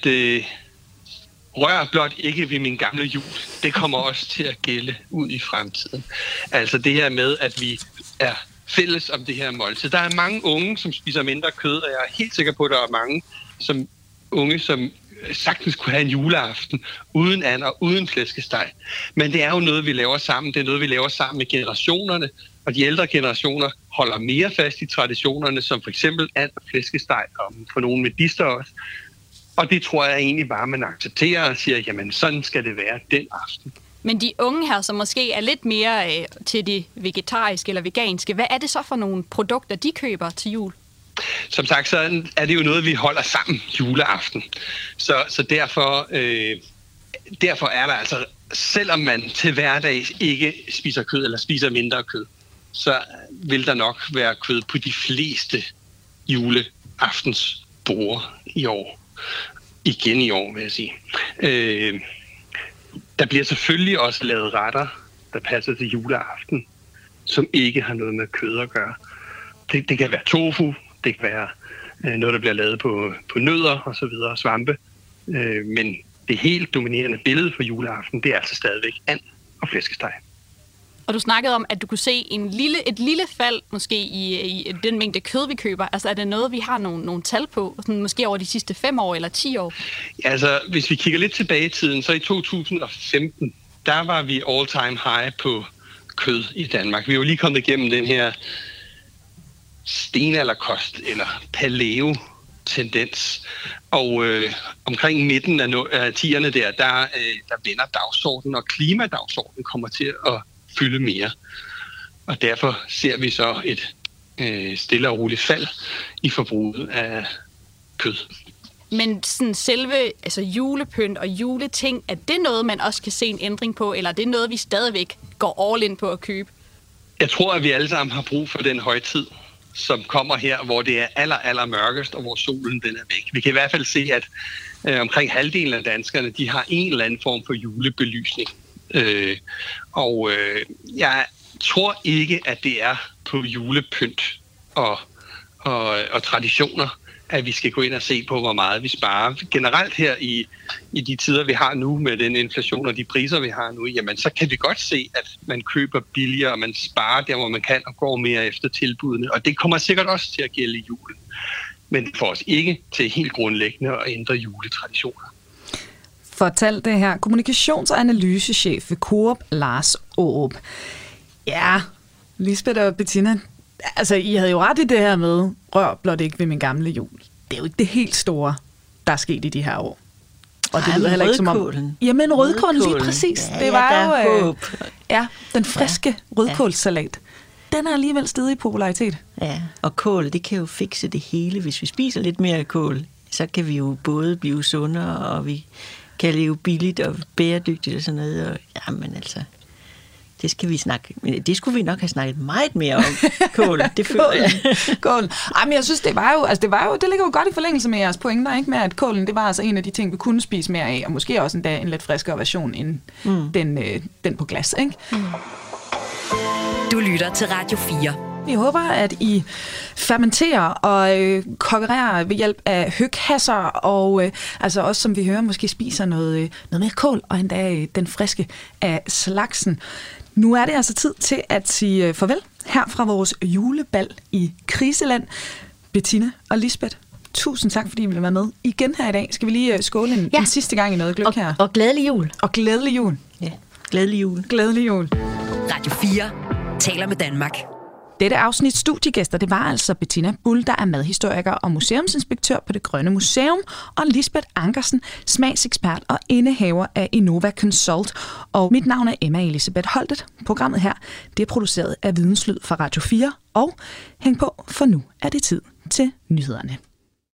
rør blot ikke ved min gamle jul. Det kommer også til at gælde ud i fremtiden. Altså det her med, at vi er fælles om det her måltid. Der er mange unge, som spiser mindre kød, og jeg er helt sikker på, at der er mange unge, som sagtens kunne have en juleaften uden and og uden flæskesteg. Men det er jo noget, vi laver sammen. Det er noget, vi laver sammen med generationerne, og de ældre generationer holder mere fast i traditionerne, som for eksempel and og flæskesteg, og for nogle medister også. Og det tror jeg egentlig bare, man accepterer og siger, jamen sådan skal det være den aften. Men de unge her, som måske er lidt mere til det vegetariske eller veganske, hvad er det så for nogle produkter, de køber til jul? Som sagt, så er det jo noget, vi holder sammen juleaften. Så derfor er der altså, selvom man til hverdag ikke spiser kød eller spiser mindre kød, så vil der nok være kød på de fleste juleaftens borde i år. Igen i år, vil jeg sige. Der bliver selvfølgelig også lavet retter, der passer til juleaften, som ikke har noget med kød at gøre. Det kan være tofu, det kan være noget, der bliver lavet på nødder og så videre, svampe. Men det helt dominerende billede for juleaften, det er altså stadigvæk and og flæskesteg. Og du snakkede om, at du kunne se et lille fald måske i den mængde kød, vi køber. Altså er det noget, vi har nogle tal på, sådan måske over de sidste 5 år eller 10 år? Ja, altså hvis vi kigger lidt tilbage i tiden, så i 2015, der var vi all-time high på kød i Danmark. Vi er jo lige kommet igennem den her stenalderkost eller paleo-tendens. Og omkring midten af 10'erne der vender dagsordenen, og klimadagsordenen kommer til at fylde mere. Og derfor ser vi så et stille og roligt fald i forbruget af kød. Men sådan selve julepynt og juleting, er det noget, man også kan se en ændring på, eller er det noget, vi stadigvæk går all in på at købe? Jeg tror, at vi alle sammen har brug for den højtid, som kommer her, hvor det er aller mørkest, og hvor solen den er væk. Vi kan i hvert fald se, at omkring halvdelen af danskerne, de har en eller anden form for julebelysning. Jeg tror ikke, at det er på julepynt og traditioner, at vi skal gå ind og se på, hvor meget vi sparer. Generelt her i de tider, vi har nu, med den inflation og de priser, vi har nu, jamen så kan vi godt se, at man køber billigere, og man sparer der, hvor man kan, og går mere efter tilbudene. Og det kommer sikkert også til at gælde i julen. Men for os ikke til helt grundlæggende at ændre juletraditioner. Fortalte det her kommunikations- og analysechef ved Coop, Lars Aarup. Ja, Lisbeth og Bettina, altså I havde jo ret i det her med, rør blot ikke ved min gamle jul. Det er jo ikke det helt store, der er sket i de her år. Og det lyder heller ikke som om... Jamen rødkålen, lige præcis. Ja, det var jo håb. Den friske rødkålssalat. Den er alligevel steget i popularitet. Ja, og kål, det kan jo fikse det hele. Hvis vi spiser lidt mere kål, så kan vi jo både blive sundere, og vi kan leve billigt og bæredygtigt og sådan noget. Og, jamen altså, Det skal vi snakke. Det skulle vi nok have snakket meget mere om. Kål, det føler jeg. Kål. Ej, men jeg synes, det ligger jo godt i forlængelse med jeres pointer, ikke? Med at kålen, det var altså en af de ting, vi kunne spise mere af, og måske også endda en lidt friskere version end den på glas, ikke? Du lytter til Radio 4. Vi håber, at I fermenterer og kokkererer ved hjælp af høghasser, og altså også, som vi hører, måske spiser noget mere kål, og endda den friske af slagsen. Nu er det altså tid til at sige farvel her fra vores julebal i Kriseland. Bettina og Lisbeth, tusind tak, fordi I ville være med igen her i dag. Skal vi lige skåle en sidste gang i noget gløgg her? Og glædelig jul. Og glædelig jul. Ja, glædelig jul. Glædelig jul. Radio 4 taler med Danmark. Dette afsnit studiegæster, det var altså Bettina Bull, der er madhistoriker og museumsinspektør på Det Grønne Museum, og Lisbeth Ankersen, smagsekspert og indehaver af Innova Consult. Og mit navn er Emma Elisabeth Holtet. Programmet her, det er produceret af Videnslyd fra Radio 4, og hæng på, for nu er det tid til nyhederne.